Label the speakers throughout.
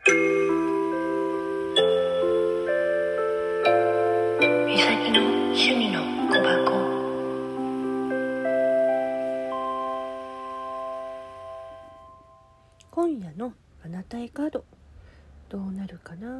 Speaker 1: 美咲の趣味の小箱。今夜のあなたへカードどうなるかな。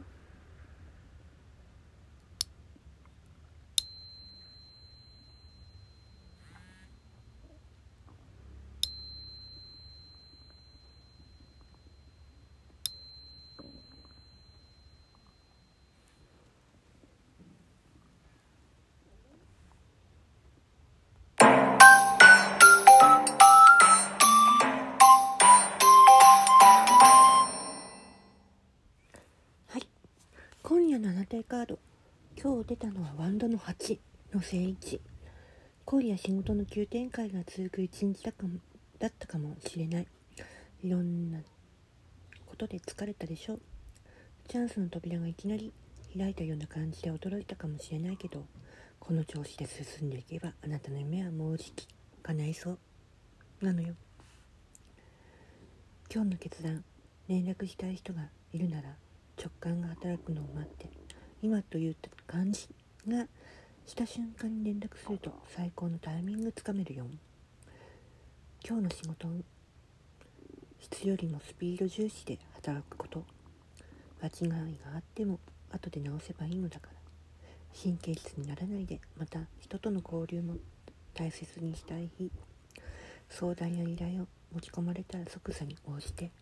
Speaker 1: 今夜のあなたへカード、今日出たのはワンドの8の正位置。恋や仕事の急展開が続く一日だったかもしれない。いろんなことで疲れたでしょう。チャンスの扉がいきなり開いたような感じで驚いたかもしれないけど、この調子で進んでいけばあなたの夢はもうじき叶いそうなのよ。今日の決断、連絡したい人がいるなら直感が働くのを待って、今という感じがした瞬間に連絡すると最高のタイミングつかめるよ。今日の仕事、質よりもスピード重視で働くこと。間違いがあっても後で直せばいいのだから、神経質にならないで、また人との交流も大切にしたい日。相談や依頼を持ち込まれたら即座に応じて。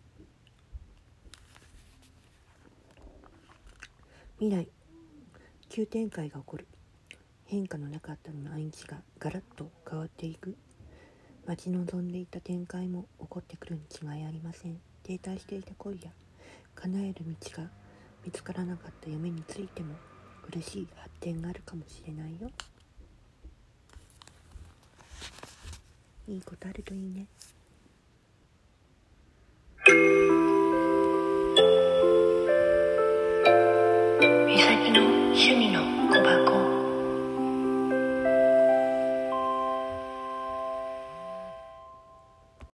Speaker 1: 未来、急展開が起こる。変化のなかった毎日がガラッと変わっていく。待ち望んでいた展開も起こってくるに違いありません。停滞していた恋や叶える道が見つからなかった夢についても嬉しい発展があるかもしれないよ。いいことあるといいね。美咲の趣味